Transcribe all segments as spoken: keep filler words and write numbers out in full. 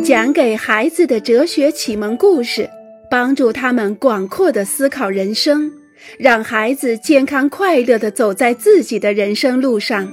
讲给孩子的哲学启蒙故事，帮助他们广阔地思考人生，让孩子健康快乐地走在自己的人生路上。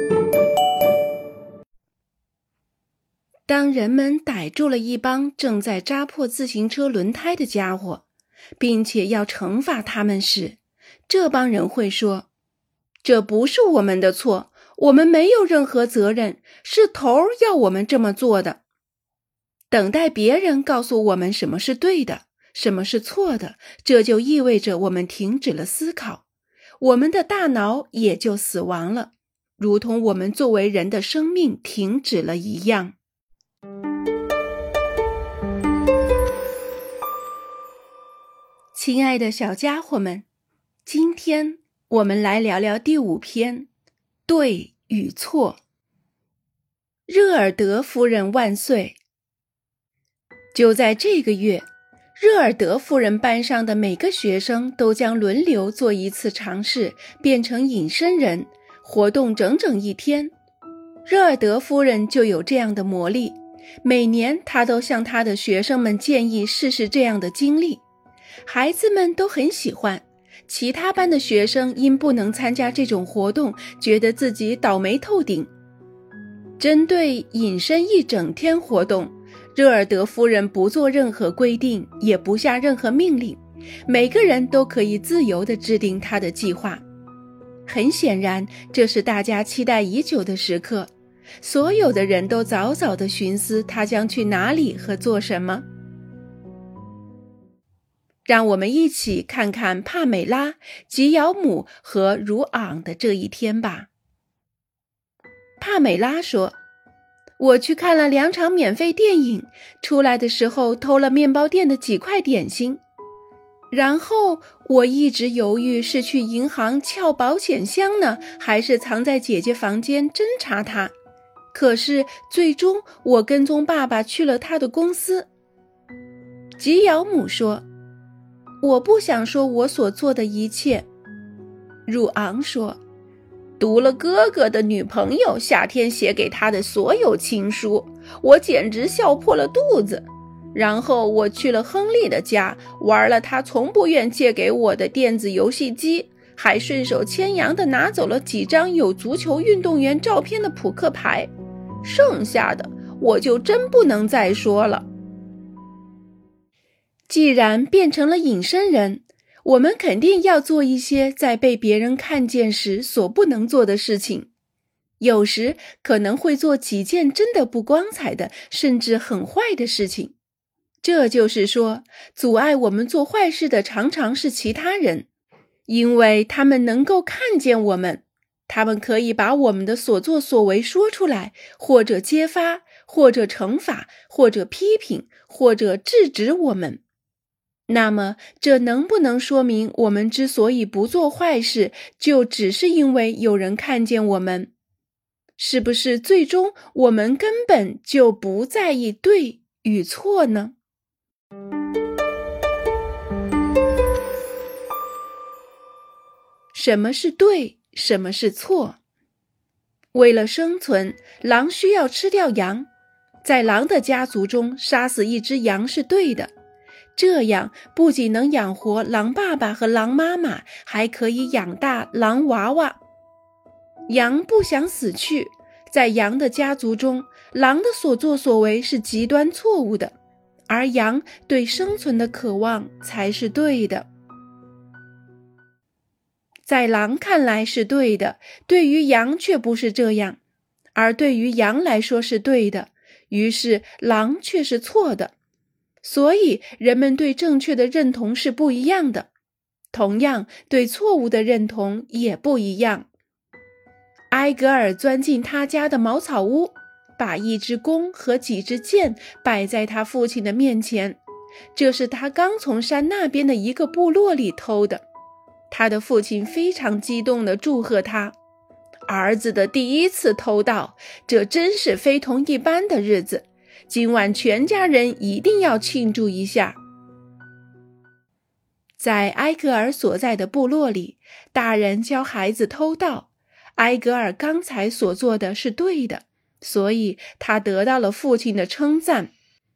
当人们逮住了一帮正在扎破自行车轮胎的家伙，并且要惩罚他们时，这帮人会说，这不是我们的错，我们没有任何责任，是头儿要我们这么做的。等待别人告诉我们什么是对的，什么是错的，这就意味着我们停止了思考，我们的大脑也就死亡了，如同我们作为人的生命停止了一样。亲爱的小家伙们，今天我们来聊聊第五篇，对与错。热尔德夫人万岁！就在这个月，热尔德夫人班上的每个学生都将轮流做一次尝试，变成隐身人，活动整整一天。热尔德夫人就有这样的魔力，每年她都向她的学生们建议试试这样的经历。孩子们都很喜欢，其他班的学生因不能参加这种活动，觉得自己倒霉透顶。针对隐身一整天活动，热尔德夫人不做任何规定，也不下任何命令，每个人都可以自由地制定他的计划。很显然，这是大家期待已久的时刻，所有的人都早早地寻思他将去哪里和做什么。让我们一起看看帕美拉、吉尧姆和茹昂的这一天吧。帕美拉说，我去看了两场免费电影，出来的时候偷了面包店的几块点心。然后我一直犹豫是去银行撬保险箱呢，还是藏在姐姐房间侦查她。可是最终我跟踪爸爸去了他的公司。吉尧姆说，我不想说我所做的一切。茹昂说，读了哥哥的女朋友夏天写给他的所有情书，我简直笑破了肚子。然后我去了亨利的家，玩了他从不愿借给我的电子游戏机，还顺手牵羊地拿走了几张有足球运动员照片的扑克牌。剩下的我就真不能再说了。既然变成了隐身人，我们肯定要做一些在被别人看见时所不能做的事情，有时可能会做几件真的不光彩的，甚至很坏的事情。这就是说，阻碍我们做坏事的常常是其他人，因为他们能够看见我们，他们可以把我们的所作所为说出来，或者揭发，或者惩罚，或者批评，或者制止我们。那么，这能不能说明我们之所以不做坏事，就只是因为有人看见我们？是不是最终我们根本就不在意对与错呢？什么是对，什么是错？为了生存，狼需要吃掉羊。在狼的家族中，杀死一只羊是对的。这样不仅能养活狼爸爸和狼妈妈，还可以养大狼娃娃。羊不想死去，在羊的家族中，狼的所作所为是极端错误的，而羊对生存的渴望才是对的。在狼看来是对的，对于羊却不是这样，而对于羊来说是对的，于是狼却是错的。所以人们对正确的认同是不一样的，同样对错误的认同也不一样。埃格尔钻进他家的茅草屋，把一支弓和几支箭摆在他父亲的面前，这是他刚从山那边的一个部落里偷的。他的父亲非常激动地祝贺他，儿子的第一次偷盗，这真是非同一般的日子，今晚全家人一定要庆祝一下。在埃格尔所在的部落里，大人教孩子偷盗，埃格尔刚才所做的是对的，所以他得到了父亲的称赞。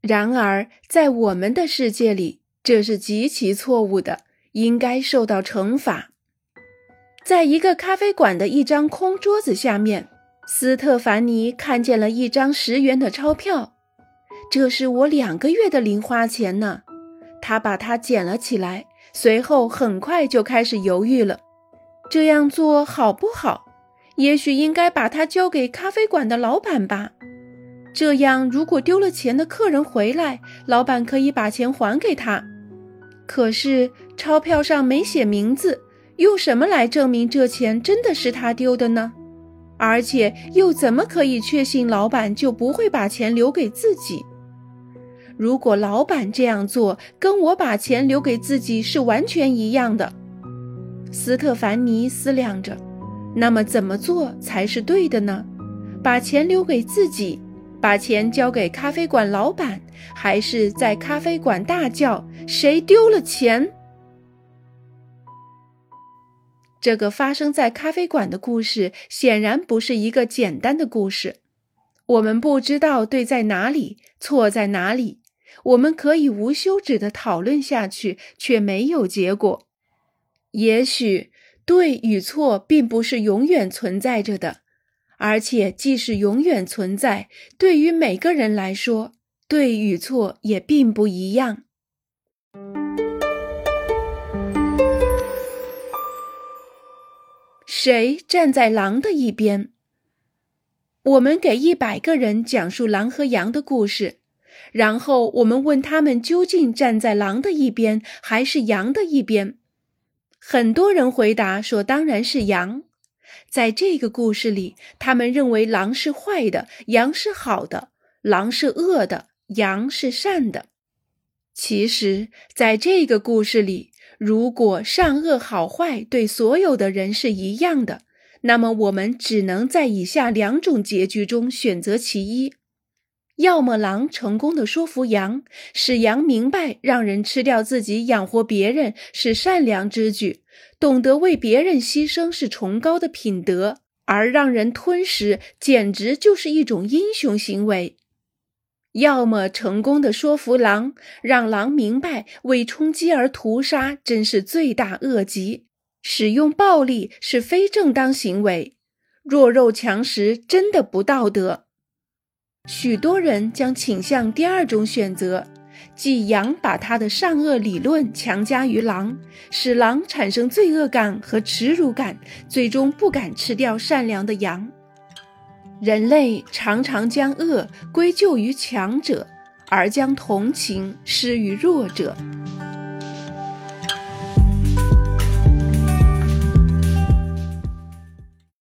然而，在我们的世界里，这是极其错误的，应该受到惩罚。在一个咖啡馆的一张空桌子下面，斯特凡尼看见了一张十元的钞票。这是我两个月的零花钱呢。他把它捡了起来，随后很快就开始犹豫了。这样做好不好？也许应该把它交给咖啡馆的老板吧。这样，如果丢了钱的客人回来，老板可以把钱还给他。可是钞票上没写名字，用什么来证明这钱真的是他丢的呢？而且又怎么可以确信老板就不会把钱留给自己？如果老板这样做，跟我把钱留给自己是完全一样的。斯特凡尼思量着，那么怎么做才是对的呢？把钱留给自己，把钱交给咖啡馆老板，还是在咖啡馆大叫谁丢了钱？这个发生在咖啡馆的故事显然不是一个简单的故事。我们不知道对在哪里，错在哪里。我们可以无休止地讨论下去，却没有结果。也许对与错并不是永远存在着的，而且即使永远存在，对于每个人来说，对与错也并不一样。谁站在狼的一边？我们给一百个人讲述狼和羊的故事，然后我们问他们究竟站在狼的一边还是羊的一边。很多人回答说当然是羊。在这个故事里，他们认为狼是坏的，羊是好的，狼是恶的，羊是善的。其实，在这个故事里，如果善恶好坏对所有的人是一样的，那么我们只能在以下两种结局中选择其一。要么狼成功地说服羊，使羊明白让人吃掉自己养活别人是善良之举，懂得为别人牺牲是崇高的品德，而让人吞食简直就是一种英雄行为。要么成功地说服狼，让狼明白为充饥而屠杀真是罪大恶极，使用暴力是非正当行为，弱肉强食真的不道德。许多人将倾向第二种选择，即羊把他的善恶理论强加于狼，使狼产生罪恶感和耻辱感，最终不敢吃掉善良的羊。人类常常将恶归咎于强者，而将同情施于弱者。